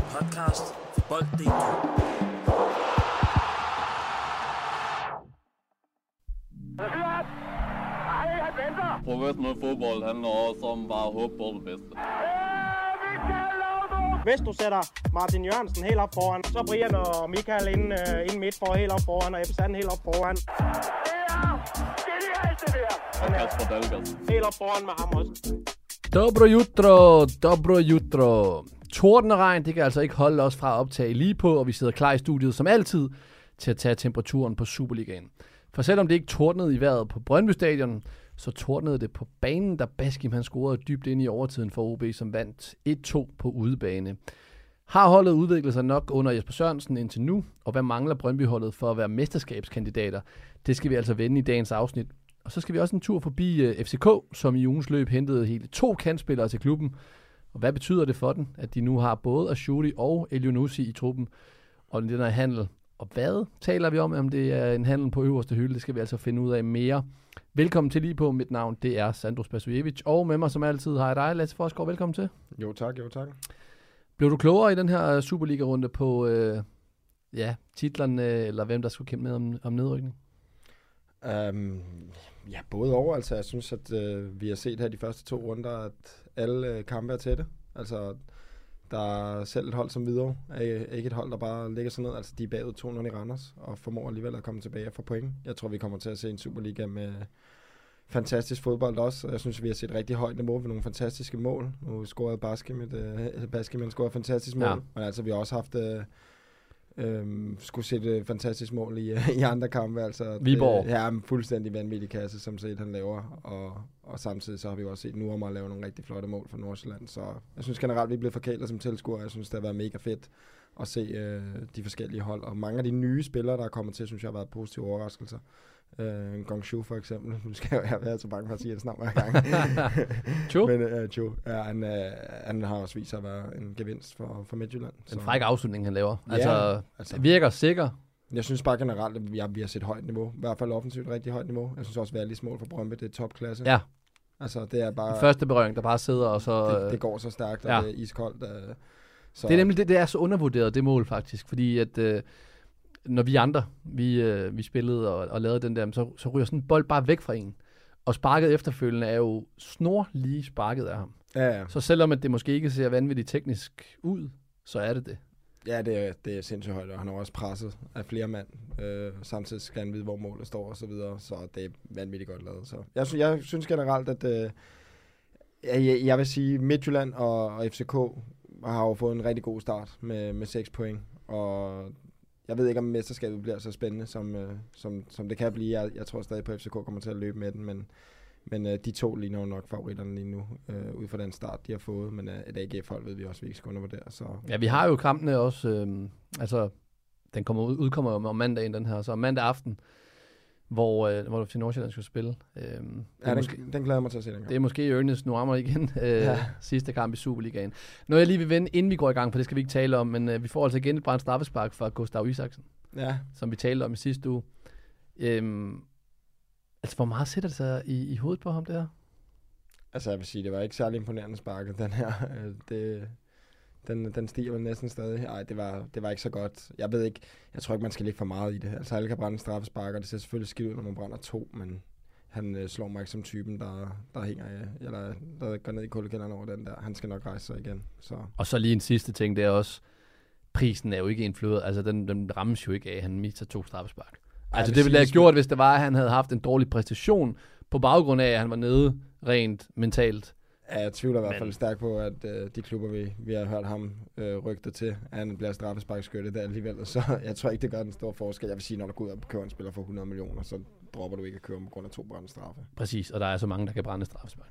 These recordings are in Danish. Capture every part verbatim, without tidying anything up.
podcast for bold punktum d k. Professionel fodbold handler også om bare at håbe på det bedste. Hvis du sætter Martin Jørgensen helt op foran, så Brian og Michael inden, uh, inden midt for helt op foran, og Ebbe Sand helt op foran. Det er genialt, det der! Og Kasper Dahlgaard. Helt op foran med ham også. Dobro jutro, dobro jutro. Torden og regn, det kan altså ikke holde os fra at optage lige på, og vi sidder klar i studiet som altid til at tage temperaturen på Superligaen. For selvom det ikke tordnede i vejret på Brøndby Stadion, så tordnede det på banen, da Baskim han scorede dybt ind i overtiden for O B, som vandt et to på udebane. Har holdet udviklet sig nok under Jesper Sørensen indtil nu, og hvad mangler Brøndby-holdet for at være mesterskabskandidater? Det skal vi altså vende i dagens afsnit. Og så skal vi også en tur forbi uh, F C K, som i ugens løb hentede hele to kantspillere til klubben. Og hvad betyder det for den, at de nu har både Ashuri og Elyounoussi i truppen, og den her handel? Og hvad taler vi om, om det er en handel på øverste hylde? Det skal vi altså finde ud af mere. Velkommen til lige på. Mit navn, det er Sandro Spasojevic, og med mig som altid har jeg dig, Lasse Forsgaard. Velkommen til. Jo tak, jo tak. Blev du klogere i den her Superliga-runde på øh, ja, titlerne, eller hvem der skulle kæmpe med om, om nedrykning? Um, ja, både over. Altså, jeg synes, at øh, vi har set her de første to runder, at alle øh, kampe er tætte. Altså, der er selv et hold som Hvidovre, er ikke et hold, der bare ligger sådan ned. Altså, de er bagud to nul i Randers, og formår alligevel at komme tilbage og få point. Jeg tror, vi kommer til at se en Superliga med fantastisk fodbold også. Jeg synes, vi har set rigtig højt niveau med nogle fantastiske mål. Nu scorede Baskim et, øh, Baskim scorede et fantastisk mål. Ja. Men altså, vi har også haft øh, øh, skulle se et fantastisk mål i, i andre kampe. Altså, Viborg. Det er en fuldstændig vanvittig kasse, som set han laver. Og, og samtidig så har vi også set nu om at lave nogle rigtig flotte mål for Nordsjælland. Så jeg synes generelt, vi er blevet forkælet som tilskuere. Jeg synes, det har været mega fedt at se øh, de forskellige hold. Og mange af de nye spillere, der er kommet til, synes jeg har været positive overraskelser. Uh, Gongshu for eksempel. Nu skal jeg jo være så bange for at sige hans navn hver gang. Chu? Men uh, Chu, ja, han, uh, han har også vist sig at være en gevinst for, for Midtjylland. Så. En fræk afslutning, han laver. Ja, altså, altså, virker sikker. Jeg synes bare generelt, at vi har, vi har set højt niveau. I hvert fald offensivt rigtig højt niveau. Jeg synes også, at Vallis mål for Brøndby, det er topklasse. Ja. Altså, det er bare... Den første berøring, der bare sidder og så... Det, det går så stærkt, og ja. Det er iskoldt. Uh, så. Det er nemlig det, det er så undervurderet, det mål faktisk. Fordi at... Uh, når vi andre, vi, øh, vi spillede og, og lavede den der, så, så ryger sådan en bold bare væk fra en. Og sparket efterfølgende er jo snorlige sparket af ham. Ja, ja. Så selvom at det måske ikke ser vanvittigt teknisk ud, så er det det. Ja, det er, det er sindssygt højt, og han har også presset af flere mand. Øh, samtidig skal han vide, hvor målet står og så videre, så det er vanvittigt godt lavet. Så jeg, sy- jeg synes generelt, at øh, jeg, jeg vil sige, Midtjylland og, og F C K har jo fået en rigtig god start med, med seks point, og jeg ved ikke, om mesterskabet bliver så spændende, som, øh, som, som det kan blive. Jeg, jeg tror stadig på, at F C K kommer til at løbe med den, men, men øh, de to ligner jo nok favoritterne lige nu, øh, ud fra den start, de har fået. Men øh, et A G F-hold ved vi også, vi ikke skal undervurdere. Så. Ja, vi har jo kampene også, øh, altså, den kommer ud, udkommer jo om mandagen, den her, så mandag aften, hvor, øh, hvor du til Nordsjælland skal spille. Øh, ja, måske, den, den glæder mig til at se den gang. Det er måske Ernest Nuammer igen, øh, ja. sidste kamp i Superligaen. Noget jeg lige vil vende, inden vi går i gang, for det skal vi ikke tale om, men øh, vi får altså igen et brændt straffespark fra Gustav Isaksen. Ja. Som vi talte om i sidste uge. Øhm, altså, hvor meget sætter det sig i, i hovedet på ham, det her? Altså, jeg vil sige, det var ikke særlig imponerende sparket, den her. Det, den, den stiger vel næsten stadig. Ej, det var, det var ikke så godt. Jeg ved ikke, jeg tror ikke, man skal lægge for meget i det. Altså, alle kan brænde straffespark, og det ser selvfølgelig skidt ud, når man brænder to, men han øh, slår mig ikke som typen, der, der hænger af, eller der går ned i kuldekælderen over den der. Han skal nok rejse sig igen. Så. Og så lige en sidste ting, det er også, prisen er jo ikke influeret, altså den, den rammes jo ikke af, at han mister to straffespark. Altså det ville have gjort, hvis det var, at han havde haft en dårlig præstation, på baggrund af, at han var nede rent mentalt. Ja, jeg tvivler i hvert fald stærkt på, at øh, de klubber, vi, vi har hørt ham øh, rygte til, at han bliver straffesparkskytte der alligevel, så jeg tror ikke, det gør den store forskel. Jeg vil sige, når du går ud og køber en spiller for hundrede millioner, så dropper du ikke at købe på grund af to brændende straffe. Præcis, og der er så mange, der kan brænde straffespark.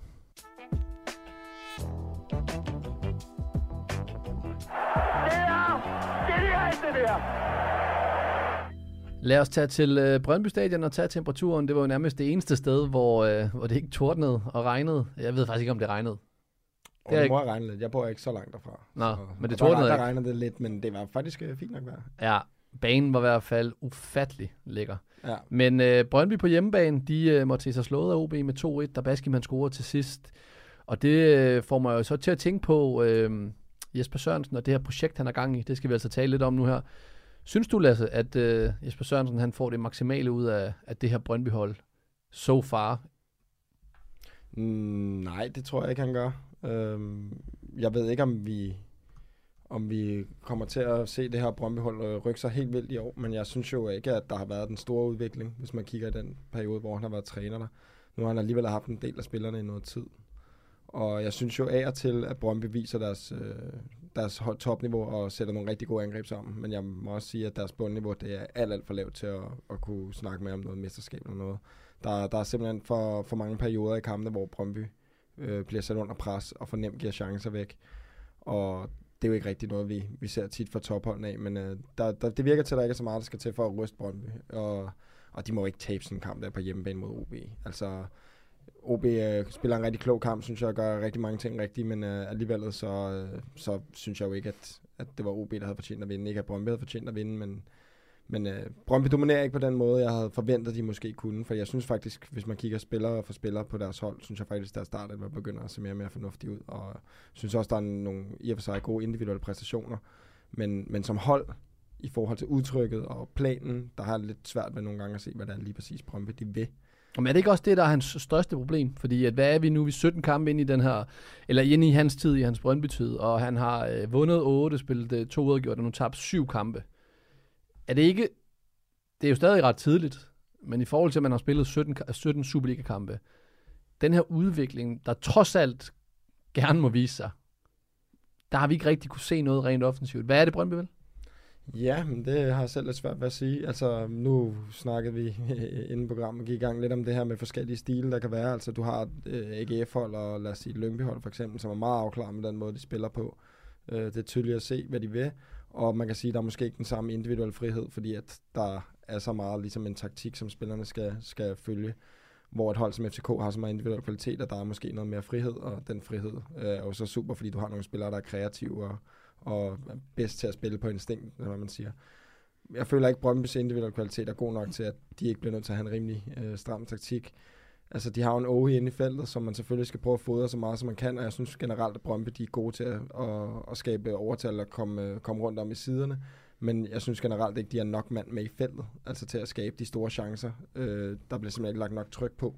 Det der! Lad os tage til øh, Brøndby Stadion og tage temperaturen. Det var jo nærmest det eneste sted, hvor, øh, hvor det ikke tordnede og regnede. Jeg ved faktisk ikke, om det regnede. Og det, det må have regnet lidt. Jeg bor ikke så langt derfra. Nå, så, men det tordnede der, ikke. Der regnede det lidt, men det var faktisk øh, fint nok vejr. Ja, banen var i hvert fald ufattelig lækker. Ja. Men øh, Brøndby på hjemmebane, de øh, måtte se sig slået af O B med to et, der Baskim han scorede til sidst. Og det øh, får mig jo så til at tænke på, øh, Jesper Sørensen og det her projekt, han er gang i. Det skal vi altså tale lidt om nu her. Synes du, Lasse, at øh, Jesper Sørensen han får det maksimale ud af, af det her Brøndby-hold so far? Mm, nej, det tror jeg ikke, han gør. Øhm, jeg ved ikke, om vi, om vi kommer til at se det her Brøndby-hold rykke sig helt vildt i år, men jeg synes jo ikke, at der har været den store udvikling, hvis man kigger i den periode, hvor han har været træner der. Nu har han alligevel haft en del af spillerne i noget tid. Og jeg synes jo af og til, at Brøndby viser deres, øh, deres topniveau og sætter nogle rigtig gode angreb sammen. Men jeg må også sige, at deres bundniveau det er alt, alt for lavt til at, at kunne snakke med om noget mesterskab eller noget. Der, der er simpelthen for, for mange perioder i kampene, hvor Brøndby øh, bliver sat under pres og for nemt giver chancer væk. Og det er jo ikke rigtig noget, vi, vi ser tit fra topholdene af. Men øh, der, der, det virker til, at der ikke er så meget, der skal til for at ryste Brøndby. Og, og de må ikke tabe sådan en kamp der på hjemmebane mod O B. Altså... O B øh, spiller en rigtig klog kamp, synes jeg, og gør rigtig mange ting rigtigt, men øh, alligevel så, øh, så synes jeg jo ikke, at, at det var O B, der havde fortjent at vinde. Ikke at Brøndby havde fortjent at vinde, men, men øh, Brøndby dominerer ikke på den måde, jeg havde forventet, de måske kunne. For jeg synes faktisk, hvis man kigger spillere for spillere på deres hold, synes jeg faktisk, at der startet var begynder at se mere og mere fornuftigt ud. Og synes også, der er nogle i og for sig gode individuelle præstationer. Men, men som hold, i forhold til udtrykket og planen, der har jeg lidt svært ved nogle gange at se, hvad der er lige præcis Brøndby de vil. Men er det ikke også det, der er hans største problem? Fordi at, hvad er vi nu? Vi er sytten kampe ind i den her, eller inde i hans tid, i hans Brøndby-tid, og han har øh, vundet otte, spillet øh, to udgjort, og nu tabt syv kampe. Er det ikke, det er jo stadig ret tidligt, men i forhold til, at man har spillet sytten, sytten Superliga-kampe, den her udvikling, der trods alt gerne må vise sig, der har vi ikke rigtig kunne se noget rent offensivt. Hvad er det, Brøndby vil? Ja, men det har jeg selv lidt svært ved at sige. Altså, nu snakkede vi inden programmet gik i gang lidt om det her med forskellige stile, der kan være. Altså, du har et A G F-hold og lad os sige Lyngby-hold for eksempel, som er meget afklaret med den måde, de spiller på. Det er tydeligt at se, hvad de vil, og man kan sige, at der er måske ikke den samme individuelle frihed, fordi at der er så meget ligesom en taktik, som spillerne skal, skal følge, hvor et hold som F C K har så meget individuel kvalitet, og der er måske noget mere frihed, og den frihed er jo så super, fordi du har nogle spillere, der er kreative og og er bedst til at spille på instinkt, hvad man siger. Jeg føler ikke, at Brøndbys individuelle kvalitet er god nok til, at de ikke bliver nødt til at have en rimelig øh, stram taktik. Altså, de har jo en Ohi inde i feltet, som man selvfølgelig skal prøve at fodre så meget, som man kan, og jeg synes generelt, at Brøndby de er gode til at, at, at skabe overtal og komme, komme rundt om i siderne. Men jeg synes generelt ikke, de har nok mand med i feltet, altså til at skabe de store chancer. Øh, der bliver simpelthen ikke lagt nok tryk på.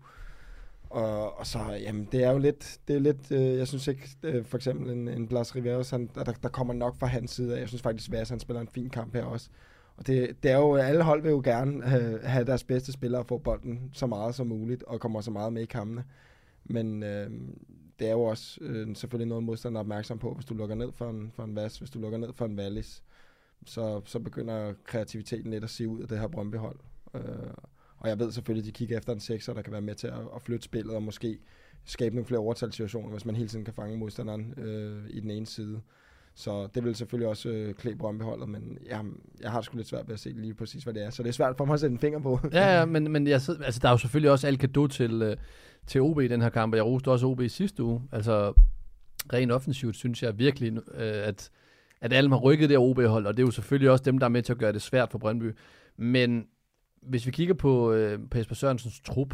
Og, og så, jamen, det er jo lidt, det er lidt, øh, jeg synes ikke, øh, for eksempel en, en Blas Riveros, han, der, der kommer nok fra hans side af. Jeg synes faktisk, at han spiller en fin kamp her også. Og det, det er jo, alle hold vil jo gerne øh, have deres bedste spillere få bolden så meget som muligt, og kommer så meget med i kampene. Men øh, det er jo også øh, selvfølgelig noget modstander er opmærksom på, hvis du lukker ned for en, for en Vas, hvis du lukker ned for en Wallis, så, så begynder kreativiteten lidt at sive ud af det her Brøndby-hold. Øh, Og jeg ved selvfølgelig, at de kigger efter en sekser, der kan være med til at, at flytte spillet og måske skabe nogle flere overtalssituationer, hvis man hele tiden kan fange modstanderen øh, i den ene side. Så det vil selvfølgelig også øh, klæde Brøndby-holdet, men jeg, jeg har sgu lidt svært ved at se lige præcis, hvad det er. Så det er svært for mig at sætte en finger på. Ja, ja, men, men jeg, altså, der er jo selvfølgelig også alt cadeau til, øh, til O B i den her kamp, og jeg roste også O B i sidste uge. Altså, rent offensivt synes jeg virkelig, øh, at, at alle har rykket det O B-hold, og det er jo selvfølgelig også dem, der er med til at gøre det svært for Brøndby. Men hvis vi kigger på, øh, på Jesper Sørensens trup,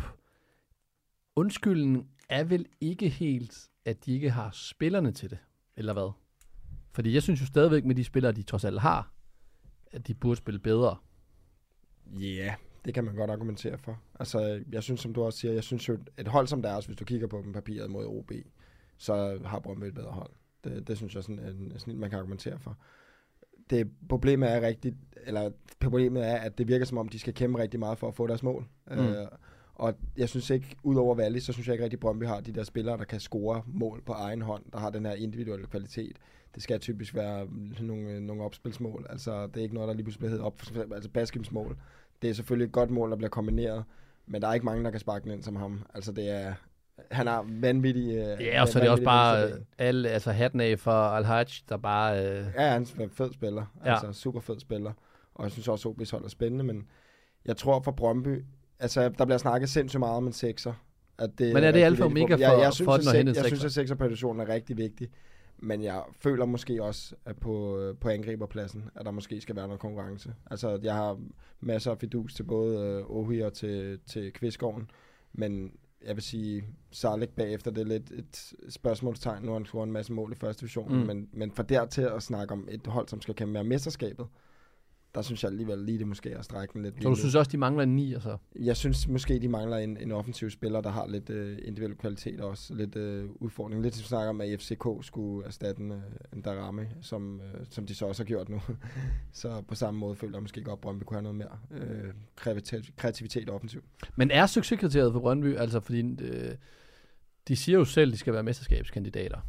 undskylden er vel ikke helt, at de ikke har spillerne til det, eller hvad? Fordi jeg synes jo stadigvæk med de spillere, de trods alt har, at de burde spille bedre. Ja, yeah, det kan man godt argumentere for. Altså, jeg synes, som du også siger, jeg synes jo, et hold som deres, hvis du kigger på dem papiret mod O B, så har Brøndby et bedre hold. Det, det synes jeg sådan en snit, man kan argumentere for. Det problemet er rigtigt, eller problemet er, at det virker som om, de skal kæmpe rigtig meget for at få deres mål. Mm. Øh, og jeg synes ikke, udover Wallis, så synes jeg ikke rigtig, Brøndby har de der spillere, der kan score mål på egen hånd, der har den her individuelle kvalitet. Det skal typisk være nogle, nogle opspilsmål. Altså, det er ikke noget, der lige pludselig bliver heddet op. Altså, Baskims mål. Det er selvfølgelig et godt mål, der bliver kombineret, men der er ikke mange, der kan sparke den ind som ham. Altså, det er... Han har vanvittig... Ja, og så er det også bare alle, altså hatten af for Al-Haj, der bare... Øh... Ja, han er en fed spiller. Ja. Altså, super fed spiller. Og jeg synes også, at O B's hold er spændende, men jeg tror for Brøndby... Altså, der bliver snakket sindssygt meget om en sekser. At det men er det alfa og omega for, jeg, jeg synes, for den at hente en sekser? Jeg synes, at sekserpositionen er rigtig vigtig. Men jeg føler måske også, at på, på angriberpladsen, at der måske skal være noget konkurrence. Altså, jeg har masser af fidus til både uh, Ohi og til, til Kvistgården. Men jeg vil sige, Sarlik bagefter, det er lidt et spørgsmålstegn, nu har han scoret en masse mål i første division, mm. men, men for dertil at snakke om et hold, som skal kæmpe med mesterskabet, der synes jeg alligevel lige det måske er strækken lidt. Så du synes også, de mangler en ni, altså? Jeg synes måske, de mangler en, en offensiv spiller, der har lidt øh, individuel kvalitet og også lidt øh, udfordring. Lidt som snakker om, at F C K skulle erstatte en, en Darame, som, øh, som de så også har gjort nu. Så på samme måde føler jeg måske godt, at Brøndby kunne have noget mere øh, kreativitet, kreativitet og offensiv. Men er succeskriteriet for Brøndby, altså fordi øh, de siger jo selv, at de skal være mesterskabskandidater.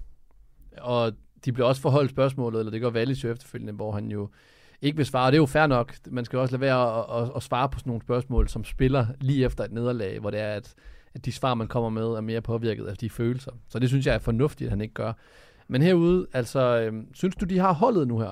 Og de bliver også forholdt spørgsmålet, eller det går Wallis jo efterfølgende, hvor han jo ikke vil svare. Det er jo fair nok. Man skal også lade være at, at, at svare på sådan nogle spørgsmål, som spiller lige efter et nederlag, hvor det er, at, at de svar, man kommer med, er mere påvirket af de følelser. Så det synes jeg er fornuftigt, at han ikke gør. Men herude, altså, øhm, synes du, de har holdet nu her,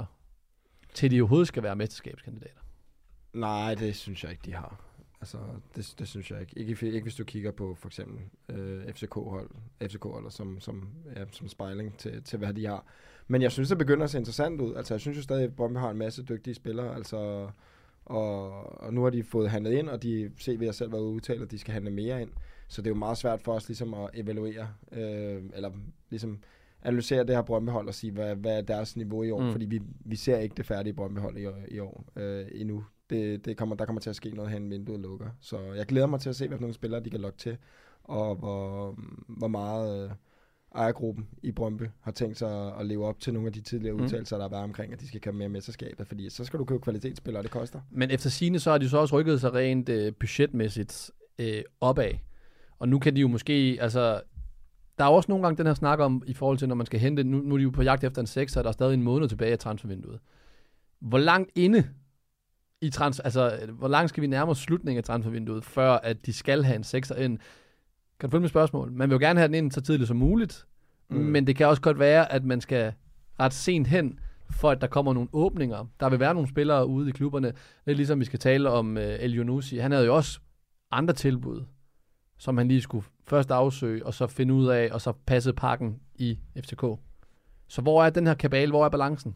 til de overhovedet skal være mesterskabskandidater? Nej, det synes jeg ikke, de har. Altså, det, det synes jeg ikke. Ikke, ikke hvis du kigger på for eksempel øh, F C K-hold, F C K-holder som, som, ja, som spejling til, til, hvad de har. Men jeg synes, det begynder at se interessant ud. Altså, jeg synes jo stadig, at Brøndby har en masse dygtige spillere. Altså, og, og nu har de fået handlet ind, og de ser ved at selv været udtalt, at de skal handle mere ind. Så det er jo meget svært for os ligesom at evaluere, øh, eller ligesom analysere det her Brøndby-hold og sige, hvad, hvad er deres niveau i år. Mm. Fordi vi, vi ser ikke det færdige Brøndby-hold i, i år øh, endnu. Det, det kommer, der kommer til at ske noget hen, vinduet lukker. Så jeg glæder mig til at se, hvad nogle spillere de kan lokke til, og hvor, hvor meget øh, ejergruppen i Brøndby har tænkt sig at leve op til nogle af de tidligere udtalelser, mm. der har været omkring, at de skal komme med mesterskabet, fordi så skal du købe kvalitetsspillere, og det koster. Men efter sigende, så har de så også rykket sig rent øh, budgetmæssigt øh, opad. Og nu kan de jo måske, altså, der er også nogle gange den her snak om, i forhold til, når man skal hente, nu, nu er de jo på jagt efter en sekser, og der er stadig en måned tilbage af transfervinduet. Hvor langt inde i trans, altså, hvor langt skal vi nærme os slutningen af transfervinduet, før at de skal have en sekser ind? Kan du følge med spørgsmål? Man vil jo gerne have den ind så tidligt som muligt, mm. men det kan også godt være, at man skal ret sent hen, for at der kommer nogle åbninger. Der vil være nogle spillere ude i klubberne. Det er ligesom, vi skal tale om uh, El Younoussi. Han havde jo også andre tilbud, som han lige skulle først afsøge, og så finde ud af, og så passe pakken i F C K. Så hvor er den her kabale? Hvor er balancen?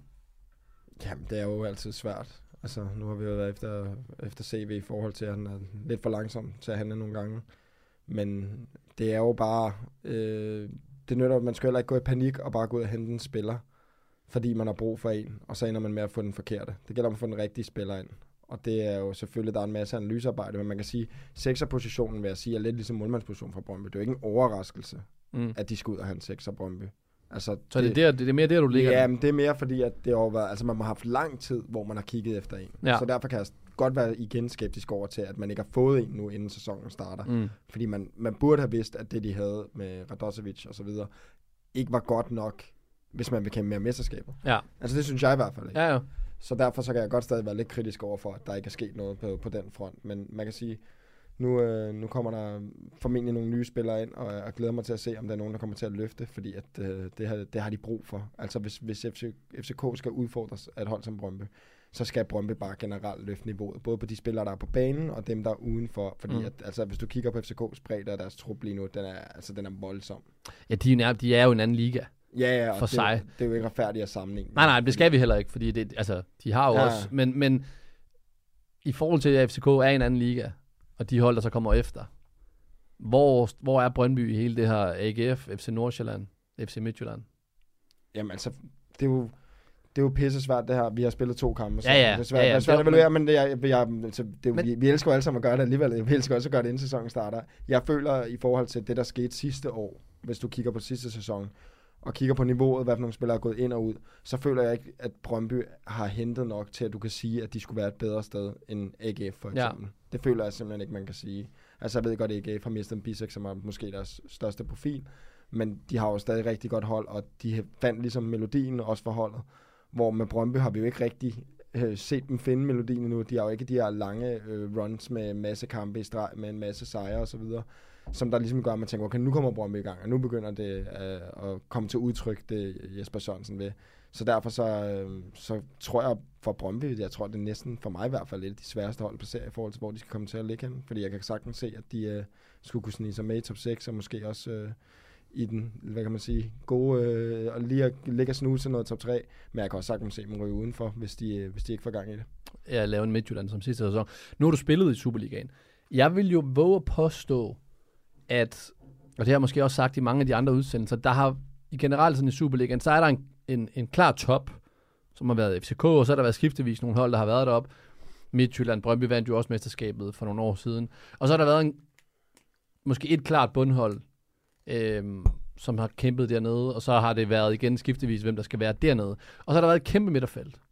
Jamen, det er jo altid svært. Altså, nu har vi jo været efter, efter C V i forhold til, at han er lidt for langsom til at handle nogle gange. Men det er jo bare... Øh, det nytter, man skal heller ikke gå i panik og bare gå ud og hente en spiller, fordi man har brug for en, og så ender man med at få den forkerte. Det gælder om at få den rigtige spiller ind. Og det er jo selvfølgelig, der er en masse analysearbejde, men man kan sige, sekserpositionen vil jeg sige, er lidt ligesom målmandspositionen fra Brøndby. Det er jo ikke en overraskelse, mm. at de skal ud og have en sekser Brøndby. Altså, så det, det, er der, det er mere der, du ligger? Ja, men det er mere fordi, at det har været, altså man har haft lang tid, hvor man har kigget efter en. Ja. Så derfor kan jeg godt være igen skeptisk over til, at man ikke har fået en nu, inden sæsonen starter. Mm. Fordi man, man burde have vidst, at det, de havde med Radosevic og så videre, ikke var godt nok, hvis man vil kæmpe mere mesterskaber. Ja. Altså det synes jeg i hvert fald ikke. Ja, ja. Så derfor så kan jeg godt stadig være lidt kritisk over for, at der ikke er sket noget på, på den front. Men man kan sige, nu, øh, nu kommer der formentlig nogle nye spillere ind, og jeg glæder mig til at se, om der er nogen, der kommer til at løfte, fordi at, øh, det, har, det har de brug for. Altså hvis, hvis F C, F C K skal udfordres af et hold som Brøndby, så skal Brøndby bare generelt løfte niveauet, både på de spillere, der er på banen, og dem, der er udenfor. Fordi mm. at, altså, hvis du kigger på F C K's bredde og deres trup lige nu, den er, altså, den er voldsom. Ja, de er, nær, de er jo en anden liga. Ja, ja, og for det, sig. det er jo ikke retfærdigt at sammenligne. Nej, nej, det skal vi heller ikke, fordi det, altså, de har jo ja. også, men, men i forhold til at F C K er en anden liga, og de hold, der så kommer efter, hvor, hvor er Brøndby i hele det her A G F, F C Nordsjælland, F C Midtjylland? Jamen altså, det er jo, det er jo pisse svært det her. Vi har spillet to kampe, så ja, ja. det er svært, ja, ja. det er svært at evaluere, men det er, jeg, jeg, altså, det, men, vi, vi elsker jo alle sammen at gøre det alligevel. Vi elsker også at gøre det, inden sæsonen starter. Jeg føler i forhold til det, der skete sidste år, hvis du kigger på sidste sæson, og kigger på niveauet, hvad for nogle spillere er gået ind og ud, så føler jeg ikke, at Brøndby har hentet nok til, at du kan sige, at de skulle være et bedre sted end A G F for eksempel. Ja. Det føler jeg simpelthen ikke, man kan sige. Altså jeg ved godt, at A G F har mistet en Bisek, som er måske deres største profil, men de har jo stadig rigtig godt hold, og de fandt ligesom melodien også for holdet, hvor med Brøndby har vi jo ikke rigtig øh, set dem finde melodien endnu. De har jo ikke de her lange øh, runs med masse kampe i streg, med en masse sejre og så videre, som der ligesom gør, at man tænker, okay, nu kommer Brøndby i gang, og nu begynder det øh, at komme til udtryk, det Jesper Sørensen vil. Så derfor så, øh, så tror jeg for Brøndby, jeg tror, det er næsten for mig i hvert fald lidt de sværeste hold på serie i forhold til, hvor de skal komme til at ligge hen. Fordi jeg kan sagtens se, at de øh, skulle kunne snige sig med i top seks, og måske også øh, i den, hvad kan man sige, gode, øh, og lige at ligge og snuse til noget top tre. Men jeg kan også sagtens se dem ryge udenfor, hvis de, øh, hvis de ikke får gang i det. Jeg laver en Midtjylland som sidste sæson. Nu har du spillet i Superligaen. Jeg vil jo våge at påstå, at, og det har jeg måske også sagt i mange af de andre udsendelser, der har i generelt sådan i Superligaen, så er der en, en, en klar top, som har været F C K, og så har der været skiftevis nogle hold, der har været deroppe. Midtjylland, Brøndby vandt jo også mesterskabet for nogle år siden. Og så har der været en, måske et klart bundhold, øhm, som har kæmpet dernede, og så har det været igen skiftevis, hvem der skal være dernede. Og så har der været et kæmpe midterfelt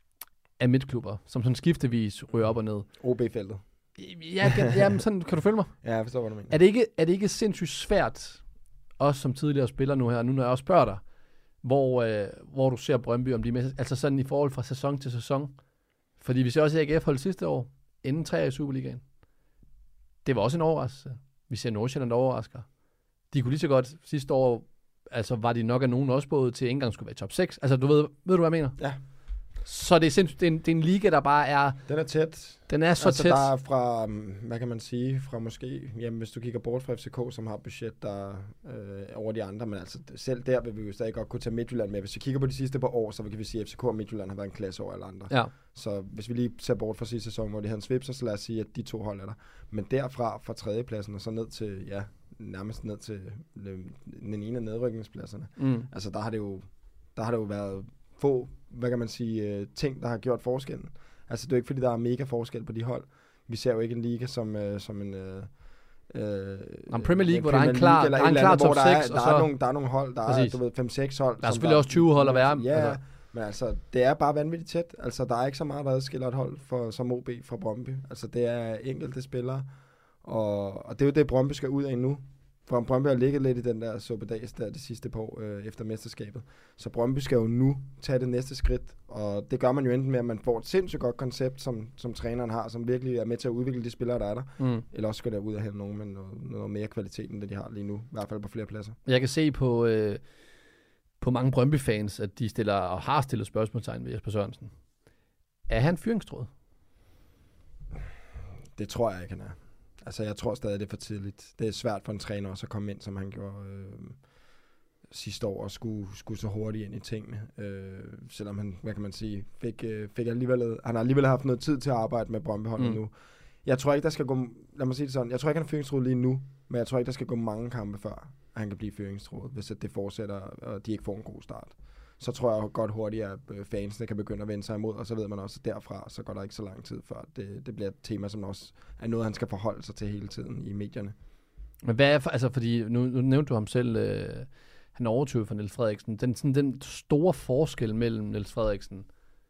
af midtklubber, som sådan skiftevis ryger op og ned. O B-feltet. Ja, jamen, sådan, kan du følge mig? Ja, jeg forstår, hvad du mener. Er det ikke, er det ikke sindssygt svært, også som tidligere spiller nu her, nu når jeg også spørger dig, hvor, øh, hvor du ser Brøndby, om de med, altså sådan i forhold fra sæson til sæson? Fordi vi ser også A G F holdt sidste år, inden tre i Superligaen. Det var også en overraskelse. Vi ser Nordsjælland, der overrasker. De kunne lige så godt sidste år, altså var de nok af nogen også både til, at ikke engang skulle være i top seks. Altså, du ved, ved du, hvad jeg mener? Ja. Så det er, sindssygt, det er, en, det er en liga, der bare er... Den er tæt. Den er så altså, tæt. Der er fra, hvad kan man sige, fra måske, jamen hvis du kigger bort fra F C K, som har budget, der øh, over de andre, men altså selv der vil vi jo stadig godt kunne tage Midtjylland med. Hvis vi kigger på de sidste par år, så kan vi sige, at F C K og Midtjylland har været en klasse over alle andre. Ja. Så hvis vi lige ser bort fra sidste sæson, hvor de havde en svipser, så lad os sige, at de to hold er der. Men derfra, fra tredjepladsen og så ned til, ja, nærmest ned til øh, den ene af nedrykningspladserne. Mm. Altså der har det jo, der har det jo været få, hvad kan man sige, ting, der har gjort forskellen. Altså det er jo ikke, fordi der er mega forskel på de hold. Vi ser jo ikke en liga som, øh, som en... Øh, øh, en Premier League, hvor der er en klar, der er en klar top seks. Der, der, er nogle, der er nogle hold, der Præcis. er, du ved, fem seks hold. Der er selvfølgelig der, også tyve hold at være. Ja, altså. Men altså, det er bare vanvittigt tæt. Altså, der er ikke så meget, der adskiller et hold for, som O B fra Brøndby. Altså, det er enkelte spillere. Og, og det er jo det, Brøndby skal ud af nu. For Brøndby har ligget lidt i den der suppedags der det sidste par år øh, efter mesterskabet. Så Brøndby skal jo nu tage det næste skridt, og det gør man jo enten med, at man får et sindssygt godt koncept, som, som træneren har, som virkelig er med til at udvikle de spillere, der er der. Mm. Eller også skal der ud og hente nogen med noget, noget mere kvalitet, end det de har lige nu, i hvert fald på flere pladser. Jeg kan se på, øh, på mange Brøndby-fans, at de stiller og har stillet spørgsmålstegn ved Jesper Sørensen. Er han fyringstruet? Det tror jeg ikke, han er. Altså, jeg tror stadig, det er for tidligt. Det er svært for en træner også at komme ind, som han gjorde øh, sidste år, og skulle, skulle så hurtigt ind i tingene. Øh, selvom han, hvad kan man sige, fik, øh, fik alligevel, han har alligevel haft noget tid til at arbejde med Brøndby-holdet mm. nu. Jeg tror ikke, der skal gå, lad mig sige det sådan, jeg tror ikke, han er fyringstruet lige nu, men jeg tror ikke, der skal gå mange kampe før, at han kan blive fyringstruet, hvis det fortsætter, og de ikke får en god start. Så tror jeg godt hurtigt, at fansene kan begynde at vende sig imod, og så ved man også, at derfra, så går der ikke så lang tid før. Det, det bliver et tema, som også er noget, han skal forholde sig til hele tiden i medierne. Men hvad er, for, altså fordi, nu, nu nævnte du ham selv, øh, han overtog for Niels Frederiksen. Den, sådan, den store forskel mellem Niels Frederiksen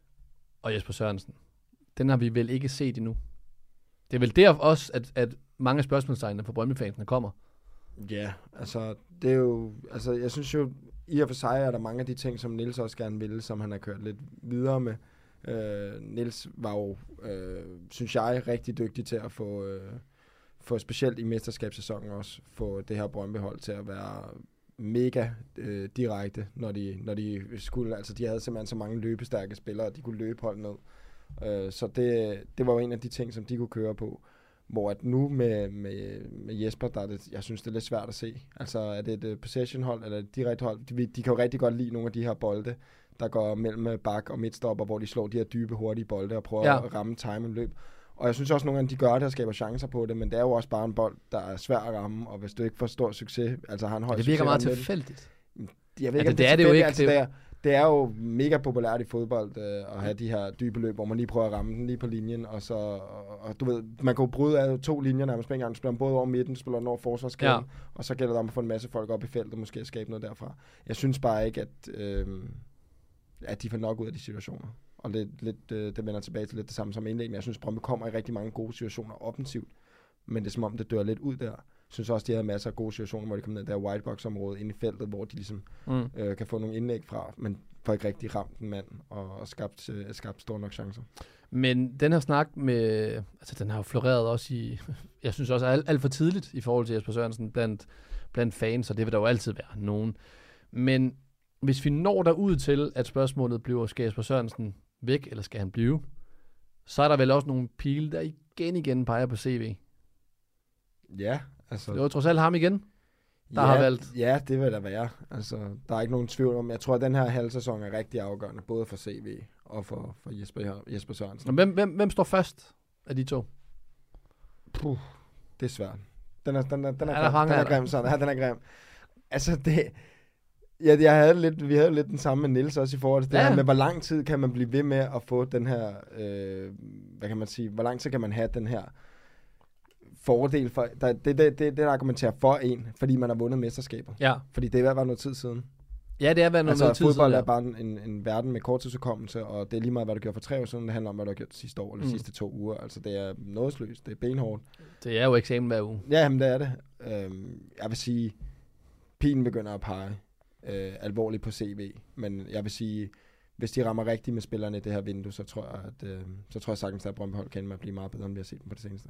og Jesper Sørensen, den har vi vel ikke set endnu. Det er vel der også, at, at mange af spørgsmålstegnene for Brøndby-fansene kommer. Ja, altså, det er jo, altså, jeg synes jo, i og for sig er der mange af de ting, som Niels også gerne ville, som han har kørt lidt videre med. Øh, Niels var jo, øh, synes jeg, rigtig dygtig til at få, øh, få specielt i mesterskabssæsonen også, få det her Brøndby-hold til at være mega øh, direkte, når de, når de skulle. Altså, de havde simpelthen så mange løbestærke spillere, at de kunne løbe hold ned. Øh, så det, det var jo en af de ting, som de kunne køre på. Hvor at nu med, med, med Jesper, der er det, jeg synes, det er lidt svært at se. Altså, er det et possession-hold, eller et direkte hold? De, de kan jo rigtig godt lide nogle af de her bolde, der går mellem bak og midtstopper, hvor de slår de her dybe, hurtige bolde og prøver ja. at ramme timing løb. Og jeg synes også, at nogle af de gør det og skaber chancer på det, men det er jo også bare en bold, der er svær at ramme, og hvis du ikke får stor succes, altså han har det virker meget tilfældigt. Jeg ved ikke, altså, det, det er det jo ikke. Altså, det, er, det er jo mega populært i fodbold øh, at have de her dybe løb, hvor man lige prøver at ramme den lige på linjen, og så, og, og du ved, man kan jo bryde af to linjer nærmest på en gang, du spiller både over midten, spiller den over forsvarskæden, ja. og så gælder det om at få en masse folk op i feltet, måske at skabe noget derfra. Jeg synes bare ikke, at, øh, at de får nok ud af de situationer. Og lidt, lidt, øh, det vender tilbage til lidt det samme som indlæggende. Jeg synes, Brøndby kommer i rigtig mange gode situationer offensivt, men det er som om, det dør lidt ud der. Jeg synes også, de havde masser af gode situationer, hvor de kom ned der whitebox-område inde i feltet, hvor de ligesom mm. øh, kan få nogle indlæg fra, men får ikke rigtig ramt en mand og, og skabt, øh, skabt store nok chancer. Men den her snak med, altså den har jo floreret også i, jeg synes også alt, alt for tidligt i forhold til Jesper Sørensen blandt, blandt fans, og det vil der jo altid være nogen. Men hvis vi når derud til, at spørgsmålet bliver, skal Jesper Sørensen væk, eller skal han blive, så er der vel også nogle pile, der igen igen peger på C V. Ja, altså... Det var trods alt ham igen, der ja, har valgt. Ja, det vil der være. Altså, der er ikke nogen tvivl om. Jeg tror, at den her halv sæson er rigtig afgørende, både for C V og for, for Jesper, Jesper Sørensen. Hvem, hvem, hvem står først af de to? Puh, det er svært. Den er, den er, den er, Ja, grim. Den er grim, sådan. Ja, den er grim. Altså, det... Ja, jeg havde lidt, vi havde lidt den samme med Niels også i forhold til det ja. her med, hvor lang tid kan man blive ved med at få den her, øh, hvad kan man sige, hvor lang tid kan man have den her fordel for, der, det, det, det, det der argumenterer for en, fordi man har vundet mesterskaber. Ja. Fordi det er i hvert fald noget tid siden. Ja, det er været noget altså, tid siden. Altså, fodbold er bare en, en verden med korttidsudkommelse, og det er lige meget, hvad du gjorde for tre år siden, det handler om, hvad du har gjort sidste år, eller mm. sidste to uger. Altså, det er nådesløst, det er benhårdt. Det er jo eksamen hver uge. Ja, men det er det. Øhm, jeg vil sige, pilen begynder at pege øh, alvorligt på C V, men jeg vil sige, hvis de rammer rigtigt med spillerne i det her vindue, så tror jeg, at, øh, så tror jeg sagtens, at Brøndby hold kan med at blive meget bedre, end vi har set dem på det seneste.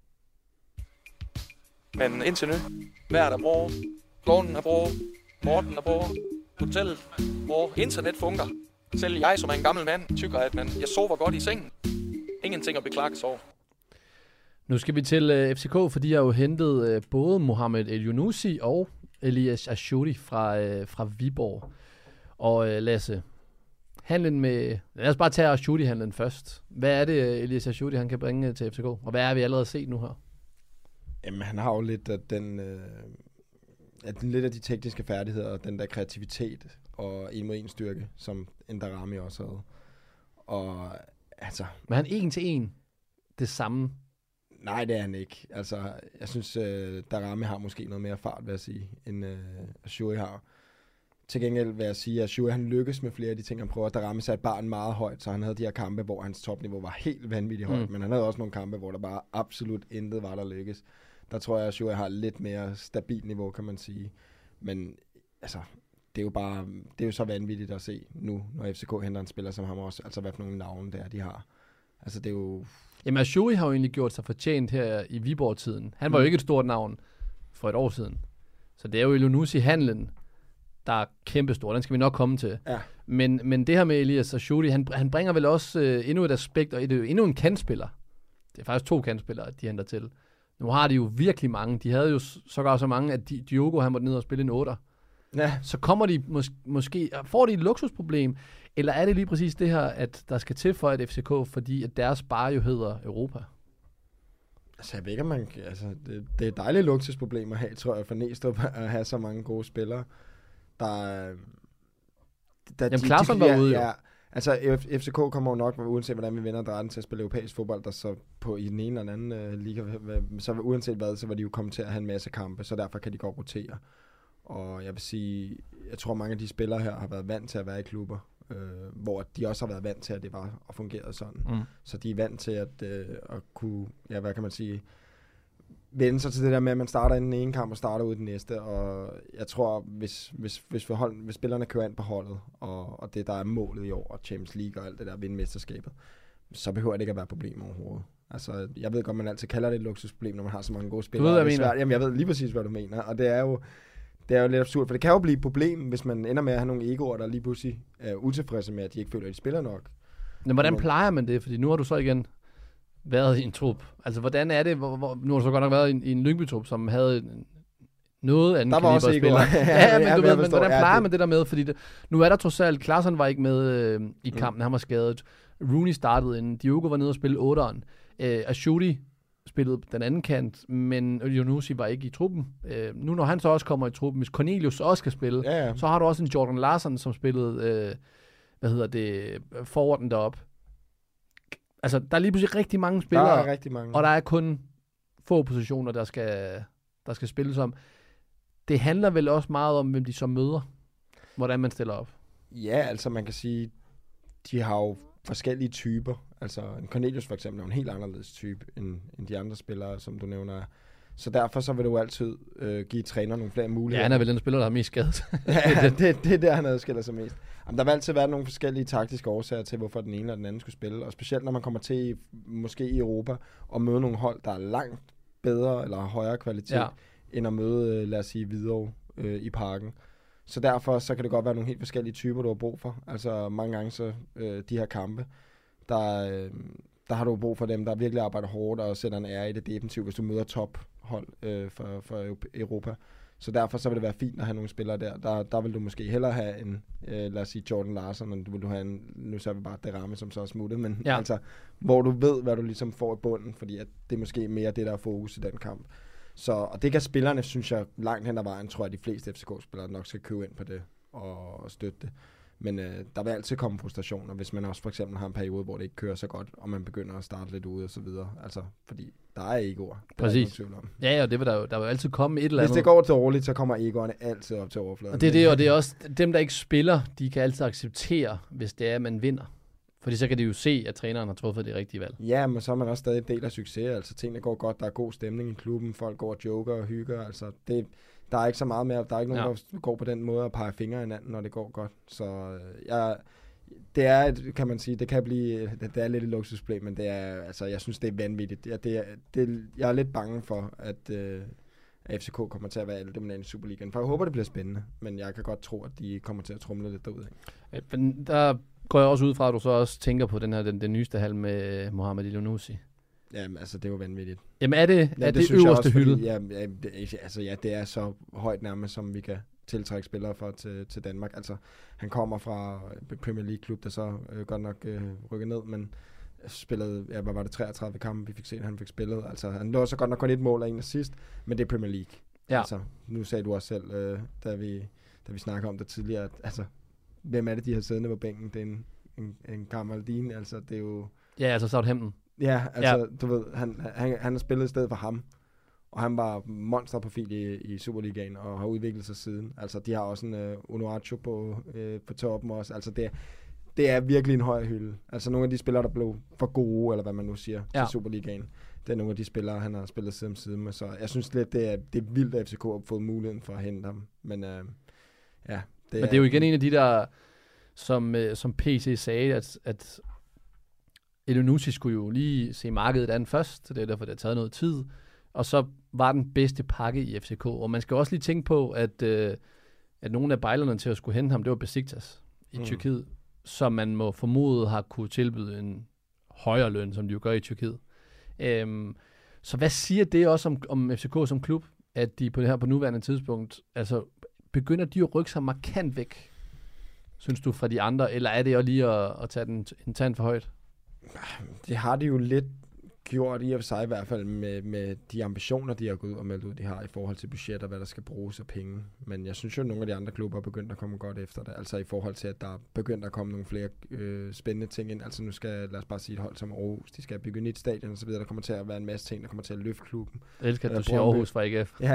Men indtil nu, vejret er bra, gården er bra, Morten er bra, hotellet bra, internet fungerer. Selv jeg, som er en gammel mand, tykker, at man, jeg sover godt i sengen. Ingenting at beklage sig over. Nu skal vi til uh, F C K, for de har jo hentet uh, både Mohamed El-Yunusi og Elias Ashuri fra, uh, fra Viborg. Og uh, Lasse, handlen med... Lad os bare tage Ashuri-handlen først. Hvad er det, Elias Ashuri, han kan bringe til F C K? Og hvad er vi allerede set nu her? Jamen, han har jo lidt af den... Øh, at lidt af de tekniske færdigheder, og den der kreativitet og en mod en styrke, som Ndarami også havde. Og altså... Men han en til en det samme? Nej, det er han ikke. Altså, jeg synes, øh, Darami har måske noget mere fart, vil jeg sige, end øh, Ashuri har. Til gengæld vil jeg sige, at Ashuri, han lykkes med flere af de ting, han prøver. Darami satte barn meget højt, så han havde de her kampe, hvor hans topniveau var helt vanvittigt højt. Mm. Men han havde også nogle kampe, hvor der bare absolut intet var, der lykkes. Der tror jeg, at Ashuri har lidt mere stabilt niveau, kan man sige. Men altså, det er jo bare, det er jo så vanvittigt at se nu, når F C K henter en spiller som ham også. Altså, hvad for nogle navne der de har. Altså, det er jo... Jamen, Ashuri har jo egentlig gjort sig fortjent her i Viborg-tiden. Han var mm. jo ikke et stort navn for et år siden. Så det er jo El-Yunusi-handlen, der er kæmpestor. Den skal vi nok komme til. Ja. Men, men det her med Elias Ashuri, han, han bringer vel også øh, endnu et aspekt, og det er jo endnu en kantspiller. Det er faktisk to kantspillere, de henter til. Nu har de jo virkelig mange. De havde jo sågar så mange, at Diogo, han måtte ned og spille en otter. Ja. Så kommer de mås- måske... Får de et luksusproblem? Eller er det lige præcis det her, at der skal til for et F C K, fordi at deres bare jo hedder Europa? Altså, jeg ved ikke, om man... Altså, det, det er et dejligt luksusproblem at have, tror jeg, for Næstrup at have så mange gode spillere. Der, der Jamen, Klaarsson var ude, ja, altså, F C K kommer jo nok, uanset hvordan vi vinder drejen til at spille europæisk fodbold, der så på i den ene eller anden uh, liga, så uanset hvad, så var de jo kommet til at have en masse kampe, så derfor kan de godt rotere. Og jeg vil sige, jeg tror mange af de spillere her har været vant til at være i klubber, øh, hvor de også har været vant til, at det var og fungerede sådan. Mm. Så de er vant til at, øh, at kunne, ja, hvad kan man sige, vende sig til det der med, at man starter i den ene kamp og starter ud i den næste. Og jeg tror, hvis, hvis, hvis, hold, hvis spillerne kører ind på holdet, og, og det der er målet i år, og Champions League og alt det der, vinde mesterskabet, så behøver det ikke at være et problem overhovedet. Altså, jeg ved godt, man altid kalder det et luksusproblem, når man har så mange gode spillere. Du ved, hvad jeg mener. Jamen, jeg ved lige præcis, hvad du mener. Og det er jo, det er jo lidt absurd, for det kan jo blive et problem, hvis man ender med at have nogle egoer, der lige pludselig er utilfredse med, at de ikke føler, at de spiller nok. Men hvordan plejer man det? Fordi nu har du så igen været i en trup. Altså, hvordan er det? Hvor, hvor, nu har du så godt nok været i en, i en Lyngby-trup, som havde noget andet kaliber spillere. ja, ja, men du ved, men hvordan plejer man det der med? Fordi det, nu er der trods alt, Klaarsson var ikke med øh, i kampen, mm. han var skadet. Rooney startede inden. Diogo var nede og spille otteren. Øh, Ashuri spillede den anden kant, men El-Yunusi var ikke i truppen. Øh, nu når han så også kommer i truppen, hvis Cornelius også skal spille, ja, ja. så har du også en Jordan Larsson, som spillede, øh, hvad hedder det, forwarden deroppe. Altså, der er lige pludselig rigtig mange spillere, der er rigtig mange. Og der er kun få positioner, der skal, der skal spilles om. Det handler vel også meget om, hvem de så møder, hvordan man stiller op. Ja, altså man kan sige, de har jo forskellige typer. Altså en Cornelius for eksempel er en helt anderledes type end, end de andre spillere, som du nævner. Så derfor så vil du altid øh, give træner nogle flere muligheder. Ja, han er vel den spiller, der er mest skadet. ja, det, det er der, han adskiller sig mest. Jamen, der vil altid være nogle forskellige taktiske årsager til, hvorfor den ene eller den anden skulle spille. Og specielt når man kommer til, måske i Europa, og møde nogle hold, der er langt bedre eller højere kvalitet, ja. end at møde, lad os sige, Hvidovre øh, i Parken. Så derfor så kan det godt være nogle helt forskellige typer, du har brug for. Altså mange gange så øh, de her kampe, der, øh, der har du brug for dem, der virkelig arbejder hårdt og sætter en ære i det defensiv, hvis du møder tophold øh, for, for Europa. Så derfor så vil det være fint at have nogle spillere der. Der, der vil du måske hellere have en, øh, lad os sige, Jordan Larsson, end du vil du have en, nu så er vi bare Darami, som så er smuttet, men ja. altså, hvor du ved, hvad du ligesom får i bunden, fordi at det er måske mere det, der er fokus i den kamp. Så, og det kan spillerne, synes jeg, langt hen ad vejen, tror jeg, de fleste F C K-spillere nok skal købe ind på det og, og støtte det. Men øh, der vil altid komme frustrationer, hvis man også for eksempel har en periode, hvor det ikke kører så godt, og man begynder at starte lidt ude og så videre. Altså, fordi der er egoer. Præcis. Ja, og det vil der jo, der vil altid komme et eller andet. Hvis det går dårligt, så kommer egoerne altid op til overfladen. Og det er det, og det er også dem, der ikke spiller, de kan altid acceptere, hvis det er, at man vinder. Fordi så kan de jo se, at træneren har truffet det rigtige valg. Ja, men så er man også stadig en del af succes. Altså, tingene går godt, der er god stemning i klubben, folk går og joker og hygger. Altså, det, der er ikke så meget mere, der er ikke nogen, ja. der går på den måde og peger fingre hinanden, når det går godt. Så jeg, det er, kan man sige, det kan blive, det, det er lidt et luksusproblem, men det er, altså, jeg synes, det er vanvittigt. Det, det er, det, jeg er lidt bange for, at, øh, at F C K kommer til at være alle dominante i Superligaen. For jeg håber, det bliver spændende, men jeg kan godt tro, at de kommer til at trumle lidt derude. Men der går jeg også ud fra, at du så også tænker på den her, den, den nyeste halv med Mohamed Elyounoussi. Jamen, altså, det var vanvittigt. Jamen, er det, ja, er det, det øverste også, hylde? Fordi, ja, ja, det, altså, ja, det er så højt nærmest, som vi kan tiltrække spillere for til, til Danmark. Altså, han kommer fra Premier League-klub, der så øh, godt nok øh, rykker ned, men spillede, ja, hvad var det, treogtredive kampe, vi fik set, han fik spillet. Altså, han lå så godt nok kun et mål af en assist, men det er Premier League. Ja. Altså, nu sagde du også selv, øh, da vi, da vi snakkede om det tidligere, at, altså, hvem er det, de har siddende på bænken? Det er en, en, en Kamaldin, altså, det er jo... Ja, altså Southampton. Ja, altså, ja. du ved, han, han, han har spillet i stedet for ham, og han var monsterprofil i, i Superligaen, og har udviklet sig siden. Altså, de har også en uh, Onuachu på, uh, på toppen også. Altså, det, det er virkelig en høj hylde. Altså, nogle af de spillere, der blev for gode, eller hvad man nu siger, ja. til Superligaen, det er nogle af de spillere, han har spillet side om side med. Så jeg synes lidt, det er, det er vildt, at F C K har fået muligheden for at hente ham. Men uh, ja, det Men det er jo igen en af de der, som, uh, som P C sagde, at, at Elyounoussi skulle jo lige se markedet an først, så det er derfor, det har taget noget tid. Og så var den bedste pakke i F C K. Og man skal også lige tænke på, at, øh, at nogle af bejlerne til at skulle hente ham, det var Besiktas i mm. Tyrkiet, som man må formode har kunne tilbyde en højere løn, som de jo gør i Tyrkiet. Øhm, så hvad siger det også om, om F C K som klub, at de på det her på nuværende tidspunkt, altså begynder de at rykke sig markant væk, synes du, fra de andre, eller er det jo lige at, at tage den en tand for højt? Det har de jo lidt gjort i og for sig i hvert fald med, med de ambitioner, de har gået ud og meldt ud, de har i forhold til budget og hvad der skal bruges af penge. Men jeg synes jo, at nogle af de andre klubber er begyndt at komme godt efter det. Altså i forhold til, at der er begyndt at komme nogle flere øh, spændende ting ind. Altså nu skal, lad os bare sige et hold som Aarhus, de skal bygge nyt stadion og så videre. Der kommer til at være en masse ting, der kommer til at løfte klubben. Jeg elsker, at du siger Aarhus fra A G F.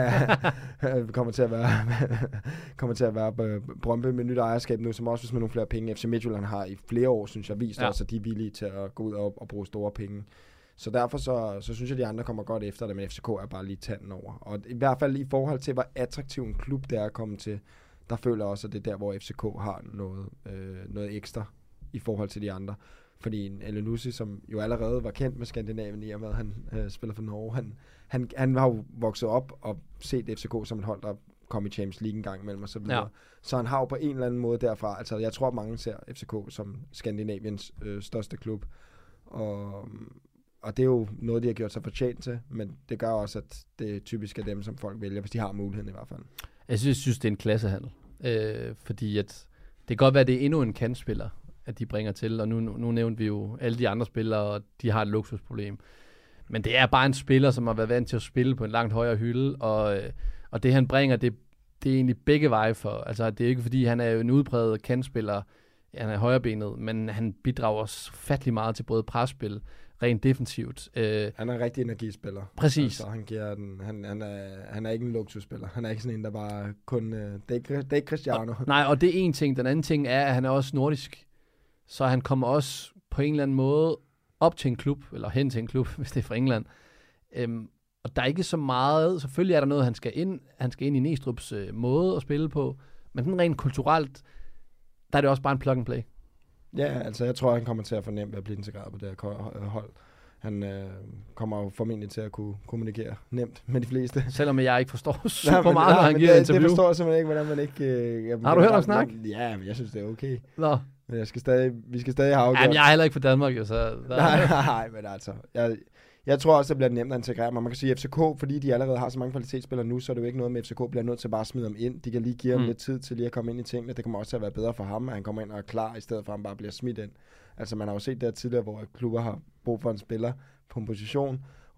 Ja, kommer til at være kommer til at være Brøndby med nyt ejerskab nu, som også hvis med nogle flere penge. F C Midtjylland har i flere år, synes jeg, vist ja. også, at de er villige til at gå ud og, og bruge store penge. Så derfor så, så synes jeg, at de andre kommer godt efter det, men F C K er bare lige tanden over. Og i hvert fald i forhold til, hvor attraktiv en klub det er at komme til, der føler jeg også, at det er der, hvor F C K har noget, øh, noget ekstra i forhold til de andre. Fordi en Elyounoussi, som jo allerede var kendt med Skandinavien i og med, at han øh, spiller for Norge, han, han, han har jo vokset op og set F C K som et hold, der kom i Champions League en gang imellem og så videre. Ja. Så han har jo på en eller anden måde derfra, altså jeg tror, mange ser F C K som Skandinaviens øh, største klub. Og... Og det er jo noget, de har gjort sig fortjent til, men det gør også, at det typisk er dem, som folk vælger, hvis de har muligheden i hvert fald. Jeg synes, jeg synes det er en klassehandel, øh, fordi at det kan godt være, at det er endnu en kantspiller, at de bringer til, og nu, nu nævnte vi jo alle de andre spillere, og de har et luksusproblem. Men det er bare en spiller, som har været vant til at spille på en langt højere hylde, og, øh, og det han bringer, det, det er egentlig begge veje for. Altså det er ikke fordi, han er jo en udpræget kantspiller, han er højrebenet, men han bidrager fattelig meget til både presspil, rent defensivt. Øh, han er en rigtig energispiller. Præcis. Altså, han, giver den, han, han, er, han er ikke en luksusspiller. Han er ikke sådan en, der bare kun... Øh, det, er ikke, det er ikke Cristiano. Og, nej, og det er en ting. Den anden ting er, at han er også nordisk. Så han kommer også på en eller anden måde op til en klub, eller hen til en klub, hvis det er fra England. Øhm, og der er ikke så meget... Selvfølgelig er der noget, han skal ind, han skal ind i Næstrups øh, måde at spille på, men sådan rent kulturelt, der er det også bare en plug and play. Ja, altså jeg tror, han kommer til at fornemme at blive integreret på det her hold. Han øh, kommer jo formentlig til at kunne kommunikere nemt med de fleste. Selvom jeg ikke forstår super nej, meget, når han giver det, interview. Det forstår jeg simpelthen ikke, hvordan man ikke... Øh, jeg, har du hørt ham snakke? Ja, men jeg synes, det er okay. Nå. Men jeg skal stadig, vi skal stadig have afgjort. Jamen, jeg er heller ikke fra Danmark, jo, så... Der... nej, nej, men altså... Jeg, jeg tror også, det bliver nemt at integrere mig. Man kan sige, at F C K, fordi de allerede har så mange kvalitetsspillere nu, så er det jo ikke noget med, at F C K bliver nødt til bare at smide dem ind. De kan lige give ham mm. lidt tid til lige at komme ind i tingene. Det kommer også til at være bedre for ham, at han kommer ind og er klar, i stedet for at han bare bliver smidt ind. Altså, man har jo set det her tidligere, hvor klubber har brug for en spiller på en position,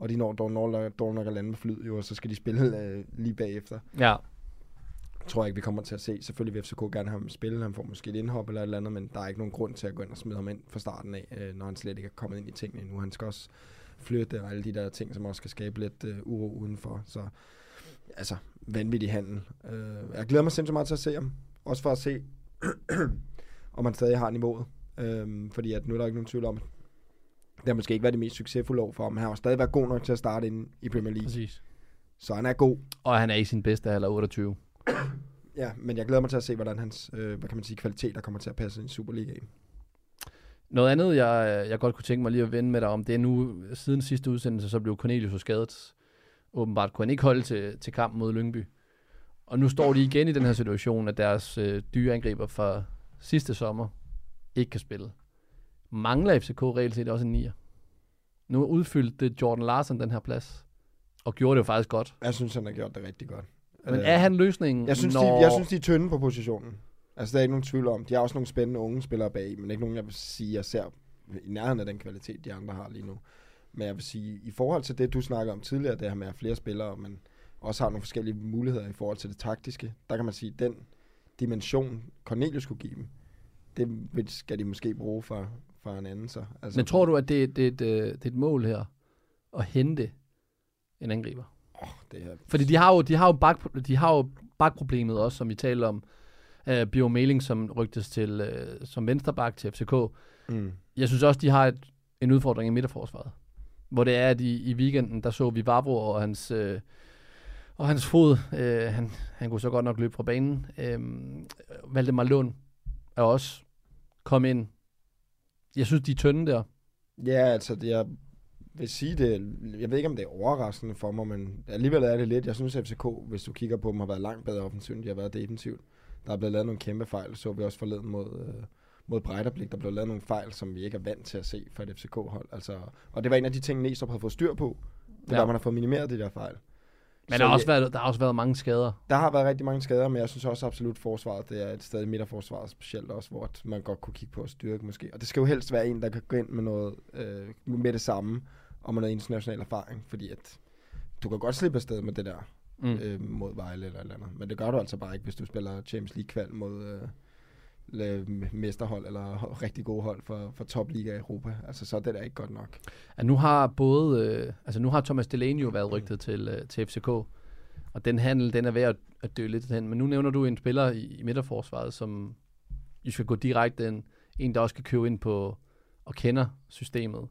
og de når dog nok, dog nok at lande med flyet, jo, og så skal de spille øh, lige bagefter. Ja. Tror jeg ikke, vi kommer til at se. Selvfølgelig vil F C K gerne have ham spille. Han får måske et indhop eller et eller andet, men der er ikke nogen grund til at gå ind og smide ham ind fra starten af, øh, når han slet ikke er kommet ind i tingene endnu. Han skal også flytte og alle de der ting, som også skal skabe lidt øh, uro udenfor. Så altså, vanvittig handel. Øh, jeg glæder mig sindssygt meget til at se ham. Også for at se, om han stadig har niveauet. Øh, fordi at nu er der ikke nogen tvivl om, at det har måske ikke været det mest succesfulde år for ham. Han har jo stadig været god nok til at starte ind i Premier League. Præcis. Så han er god. Og han er i sin bedste alder, otteogtyve. Ja, men jeg glæder mig til at se, hvordan hans øh, hvad kan man sige, kvaliteter kommer til at passe ind i Superligaen. Noget andet, jeg, jeg godt kunne tænke mig lige at vende med dig om, det er nu, siden sidste udsendelse, så blev Cornelius skadet. Åbenbart kunne han ikke holde til, til kampen mod Lyngby. Og nu står de igen i den her situation, at deres øh, dyreangriber fra sidste sommer ikke kan spille. Mangler F C K reelt set også en nier. Nu udfyldte Jordan Larsen den her plads, og gjorde det jo faktisk godt. Jeg synes, han har gjort det rigtig godt. Men er han løsningen, jeg synes, når... de, jeg synes, de er tynde på positionen. Altså, der er ikke nogen tvivl om. De har også nogle spændende unge spillere bag, men ikke nogen, jeg vil sige, jeg ser i nærheden af den kvalitet, de andre har lige nu. Men jeg vil sige, i forhold til det, du snakker om tidligere, det her med at flere spillere, men også har nogle forskellige muligheder i forhold til det taktiske, der kan man sige, den dimension, Cornelius skulle give dem, det skal de måske bruge for, for en anden så. Altså, men tror du, at det, det, det, det er et mål her, at hente en angriber? Oh, det er... Fordi de har jo, de har jo, bak, de har jo bakproblemet også, som vi taler om. Uh, Bio Mailing, som rygtes til uh, som venstreback til F C K. Mm. Jeg synes også, de har et, en udfordring i midterforsvaret. Hvor det er, at i, i weekenden, der så vi Vavro og hans, øh, og hans fod. Øh, han, han kunne så godt nok løbe fra banen. Øh, Valdemar Lund er også kommet ind. Jeg synes, de er tynde der. Ja, altså, det, jeg vil sige det. Jeg ved ikke, om det er overraskende for mig, men alligevel er det lidt. Jeg synes, at F C K, hvis du kigger på dem, har været langt bedre offensivt, end de har været defensivt. Der er blevet lavet nogle kæmpe fejl, så vi også forleden mod... Øh, mod Breiðarblik, der blev lavet nogle fejl, som vi ikke er vant til at se fra et F C K-hold. Altså, og det var en af de ting, Næstrup havde fået styr på. Det ja. Der man har fået minimeret de der fejl. Men der har, også været, der har også været mange skader. Der har været rigtig mange skader, men jeg synes også absolut, forsvaret, det er et sted midterforsvaret specielt også, hvor man godt kunne kigge på at styrke måske. Og det skal jo helst være en, der kan gå ind med noget øh, med det samme, og med noget international erfaring, fordi at du kan godt slippe afsted med det der mm. øh, mod Vejle eller eller andet. Men det gør du altså bare ikke, hvis du spiller Champions League-kval mod... Øh, mesterhold eller rigtig gode hold for, for topliga i Europa. Altså, så er det da ikke godt nok. Ja, nu har både, øh, altså nu har Thomas Delaney jo været rygtet til, øh, til F C K, og den handel, den er ved at, at dø lidt hen. Men nu nævner du en spiller i, i midterforsvaret, som I skal gå direkte ind, en der også kan købe ind på og kender systemet.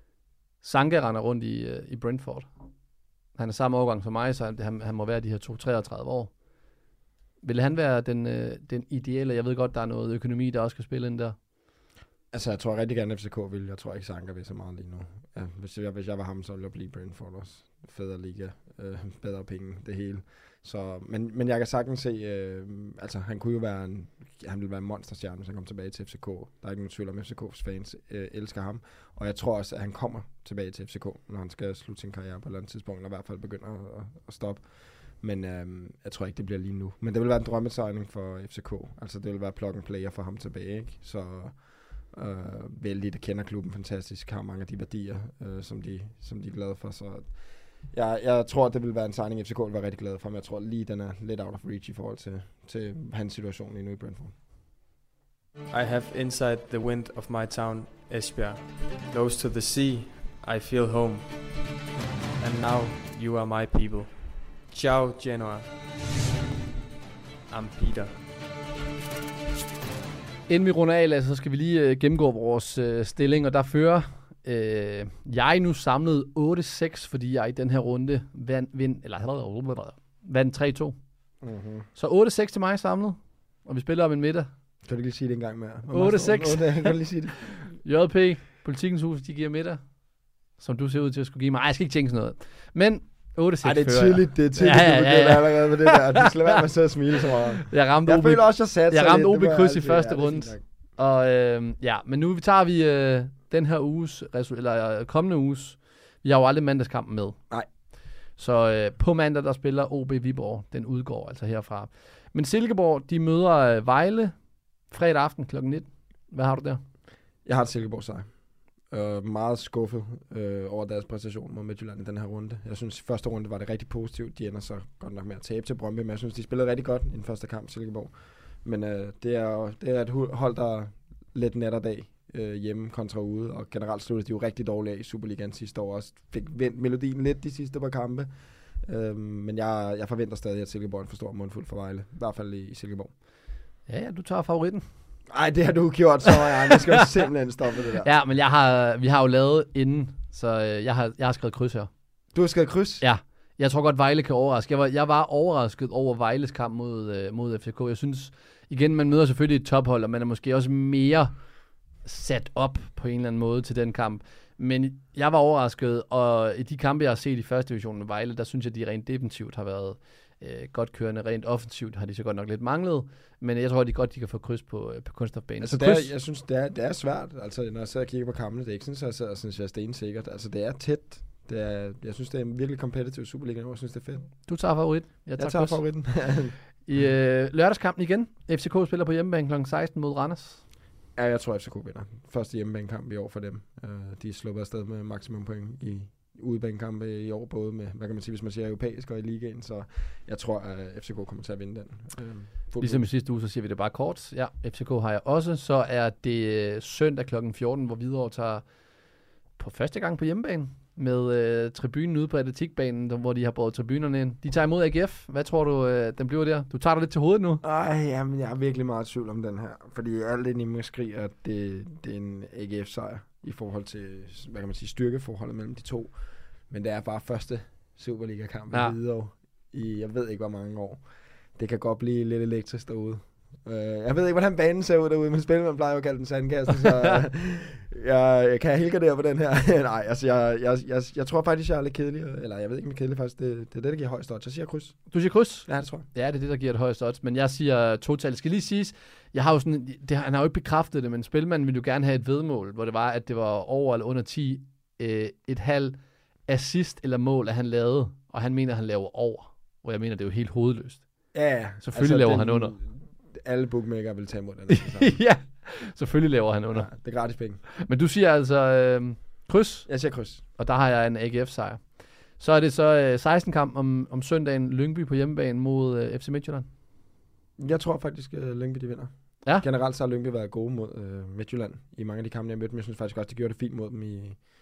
Sanka render rundt i, øh, i Brentford. Han er samme årgang som mig, så han, han må være de her to treogtredive år. Vil han være den, øh, den ideelle? Jeg ved godt, der er noget økonomi, der også skal spille ind der. Altså, jeg tror rigtig gerne, F C K vil. Jeg tror ikke, Sanka vil så meget lige nu. Ja, hvis, jeg, hvis jeg var ham, så ville jeg blive Brentford også. Federe liga, øh, bedre penge, det hele. Så, men, men jeg kan sagtens se, øh, altså han kunne jo være en, han ville være en monsterstjerne, hvis han kom tilbage til F C K. Der er ikke nogen tvivl om, F C K's fans øh, elsker ham. Og jeg tror også, at han kommer tilbage til F C K, når han skal slutte sin karriere på et eller andet tidspunkt, og i hvert fald begynder at, at stoppe. Men øhm, jeg tror ikke, det bliver lige nu. Men det vil være en drømmesigning for F C K. Altså, det vil være plug and player for ham tilbage, ikke? Så øh, vældig, der kender klubben fantastisk, har mange af de værdier, øh, som, de, som de er glade for. Så jeg, jeg tror, det vil være en signing, F C K vil være rigtig glad for, men jeg tror lige, den er lidt out of reach i forhold til, til hans situation lige nu i Brentford. I have inside the wind of my town, Esbjerg. Close to the sea, I feel home. And now you are my people. Ciao, Genoa. I'm Peter. Inden vi runder af, så skal vi lige uh, gennemgå vores uh, stilling, og der fører uh, jeg nu samlet otte seks, fordi jeg i den her runde vand, vind, eller, vandt tre to. Mm-hmm. Så otte seks til mig samlet, og vi spiller om en middag. Kan du ikke lige sige det en gang mere? otte seks. Kan du lige sige det? J P, Politikens Hus, de giver middag, som du ser ud til at skulle give mig. Ej, jeg skal ikke tænke sådan noget. Men otte seks Ej, det er tydeligt, det er tydeligt, ja, ja, ja, ja. Du begynder allerede med det der. Du skal lade være med at sidde og smile så meget. Jeg ramte jeg O B, føler også, jeg satte jeg ramte O B kryds i altid, første ja, runde. Og øh, ja, men nu tager vi øh, den her uges, eller øh, kommende uges. Vi har jo aldrig mandagskampen med. Nej. Så øh, på mandag, der spiller O B Viborg. Den udgår altså herfra. Men Silkeborg, de møder øh, Vejle fredag aften klokken nitten. Hvad har du der? Jeg har et Silkeborg sejr. Øh, meget skuffet øh, over deres præstation mod Midtjylland i den her runde. Jeg synes, i første runde var det rigtig positivt. De ender så godt nok med at tabe til Brøndby, men jeg synes, de spillede rigtig godt i den første kamp, Silkeborg. Men øh, det, er, det er et hold, der er lidt nat og dag øh, hjemme kontra ude, og generelt sluttede de jo rigtig dårligt af i Superligaen sidste år, og fik vendt melodien lidt de sidste par kampe. Øh, men jeg, jeg forventer stadig, at Silkeborg er en for stor mundfuld for Vejle, i hvert fald i, i Silkeborg. Ja, ja, du tager favoritten. Nej, det har du gjort, så jeg. Det skal jo simpelthen stoppe det der. Ja, men jeg har, vi har jo lavet inden, så øh, jeg, har, jeg har skrevet kryds her. Du har skrevet kryds? Ja. Jeg tror godt, Vejle kan overraske. Jeg var, jeg var overrasket over Vejles kamp mod, øh, mod F C K. Jeg synes, igen, man møder selvfølgelig et tophold, og man er måske også mere sat op på en eller anden måde til den kamp. Men jeg var overrasket, og i de kampe, jeg har set i første division med Vejle, der synes jeg, de rent defensivt har været øh, godt kørende. Rent offensivt har de så godt nok lidt manglet, men jeg tror, at de godt de kan få kryds på, på kunststofbanen. Altså, det er, jeg synes, det er, det er svært, altså, når jeg sidder og kigger på kampene. Det er ikke sådan, at jeg sidder og synes, jeg er stensikkert. Altså, det er tæt. Det er, jeg synes, det er en virkelig kompetitiv Superliga nu. Jeg synes, det er fedt. Du tager favorit. Jeg tager, jeg tager favoritten. I øh, lørdagskampen igen. F C K spiller på hjemmebane klokken seksten mod Randers. Ja, jeg tror, F C K vinder. Første hjemmebanekamp i år for dem. Uh, de er sluppet afsted med maksimum point i udebanekampe i år, både med, hvad kan man sige, hvis man siger europæisk og i ligaen, så jeg tror, at F C K kommer til at vinde den. Uh, ligesom i sidste uge, så siger vi det bare kort. Ja, F C K har jeg også. Så er det søndag klokken fjorten, hvor Hvidovre tager på første gang på hjemmebane med øh, tribunen ude på atletikbanen, hvor de har båret tribunerne ind. De tager imod A G F. Hvad tror du, øh, den bliver der? Du tager dig lidt til hovedet nu. Ej, jamen, jeg er virkelig meget i tvivl om den her. Fordi alt ind i mig skriger, at det, det er en A G F-sejr i forhold til, hvad kan man sige, styrkeforholdet mellem de to. Men det er bare første Superliga-kamp ja. i Hvidovre i, jeg ved ikke, hvor mange år. Det kan godt blive lidt elektrisk derude. Uh, jeg ved ikke, hvordan banen ser ud derude, men spillemanden plejer jo at kalde den sandkassen, så uh, jeg, jeg kan helgardere på den her. Nej, altså, jeg, jeg, jeg, jeg tror faktisk, jeg er lidt kedelig. Eller jeg ved ikke, om jeg er kedelig faktisk. Det, det er det, der giver højst odds. Jeg siger kryds. Du siger kryds? Ja, det tror jeg. Ja, det er det, der giver et højst odds. Men jeg siger total. Det skal lige siges, jeg har jo sådan, det, han har jo ikke bekræftet det, men spillemanden ville jo gerne have et vedmål, hvor det var, at det var over eller under ti, øh, et halv assist eller mål, at han lavede. Og han mener, at han laver over. Hvor jeg mener, det er jo helt hovedløst. Ja, ja. Selvfølgelig altså, laver den, han under. Alle bookmaker vil tage imod den. Ja, selvfølgelig laver han under. Ja, det er gratis penge. Men du siger altså øh, kryds? Jeg siger kryds. Og der har jeg en A G F-sejr. Så er det så øh, seksten kamp om, om søndagen, Lyngby på hjemmebane mod øh, F C Midtjylland. Jeg tror faktisk, at uh, Lyngby de vinder. Ja. Generelt så har Lyngby været gode mod uh, Midtjylland i mange af de kampe, jeg mødte dem. Jeg synes faktisk også, de gjorde det fint mod dem i...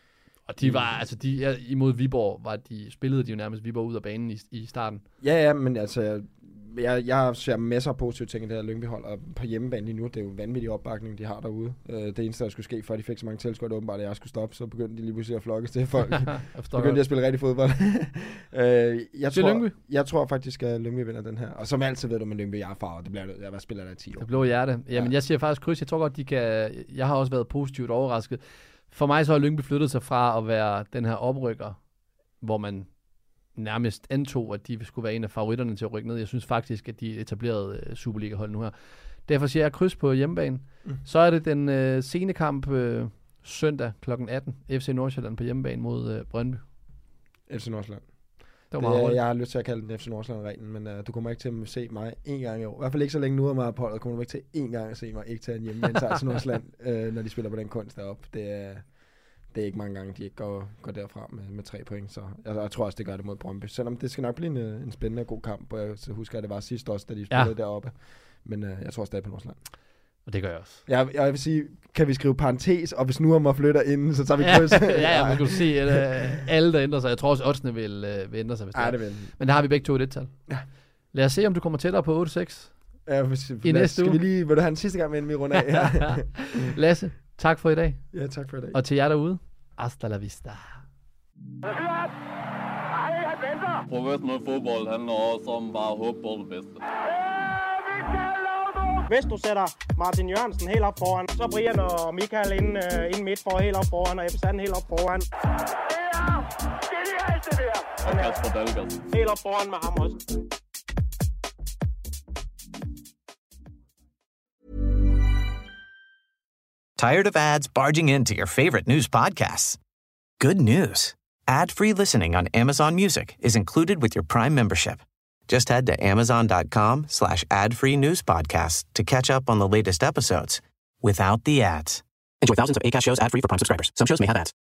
Og de var, altså de, ja, imod Viborg, var de, spillede de jo nærmest Viborg ud af banen i, i starten. Ja, ja, men altså... Jeg, jeg ser masser af positive ting i det her Lyngby-hold, og på hjemmebane lige nu, det er jo en vanvittig opbakning, de har derude. Uh, det eneste, der skulle ske, før de fik så mange tilskuere, det åbenbart, at jeg skulle stoppe, så begyndte de lige pludselig at flokkes til folk. Begyndte de at spille rigtig fodbold. uh, jeg, tror, Lyngby? jeg tror faktisk, at Lyngby vinder den her. Og som altid ved du med Lyngby, jeg er farvet. Det bliver jeg var spiller der i ti år. Det blå hjerte. Jamen, ja. Jeg siger faktisk kryds. Jeg tror godt, de kan... Jeg har også været positivt overrasket. For mig så har Lyngby flyttet sig fra at være den her oprykker, hvor man nærmest antog, at de skulle være en af favoritterne til at rykke ned. Jeg synes faktisk, at de etablerede uh, Superliga-hold nu her. Derfor siger jeg kryds på hjemmebane. Mm. Så er det den uh, sene kamp uh, søndag klokken atten. F C Nordsjælland på hjemmebane mod uh, Brøndby. F C Nordsjælland. Det var meget det, jeg har lyst til at kalde den F C Nordsjælland-reglen, men uh, du kommer ikke til at se mig en gang i år. I hvert fald ikke så længe nu af mig på, kommer du ikke til en gang at se mig ikke tage en hjemmebane til F C Nordsjælland, uh, når de spiller på den kunst deroppe. Det er... Det er ikke mange gange, de ikke går, går derfra med, med tre point, så jeg, jeg tror også, det gør det mod Brøndby. Selvom det skal nok blive en, en spændende og god kamp, og jeg så husker, at det var sidst også, da de spillede ja. deroppe. Men uh, jeg tror stadig på Nordsjælland. Og det gør jeg også. Jeg, jeg vil sige, kan vi skrive parentes, og hvis nu om at flytte inden, så tager vi kryds. ja, ja, man kan du se, at uh, alle der ændrer sig. Jeg tror også, oddsene vil, uh, vil ændre sig, hvis ja, det, det vil. Men der har vi begge to et et-tal. Ja. Lad os se, om du kommer tættere på otte seks. Ja, hvis, i næste skal uge. Vi lige, vil du have en sidste gang med, inden vi runder af? Ja. Lasse, tak for i dag. Ja, tak for i dag. Og til jer derude, hasta la vista. Professionel fodbold handler også om bare at håbe på det bedste. Hvis du sætter Martin Jørgensen helt op foran, så Brian og Michael ind, uh, ind midt for helt op foran, og Ebbe Sand helt op foran. Det er genialt, det der! Og Kasper Dahlgaard. Helt op foran med ham også. Tired of ads barging into your favorite news podcasts? Good news. Ad-free listening on Amazon Music is included with your Prime membership. Just head to amazon.com slash ad-free news podcasts to catch up on the latest episodes without the ads. Enjoy thousands of Acast shows ad-free for Prime subscribers. Some shows may have ads.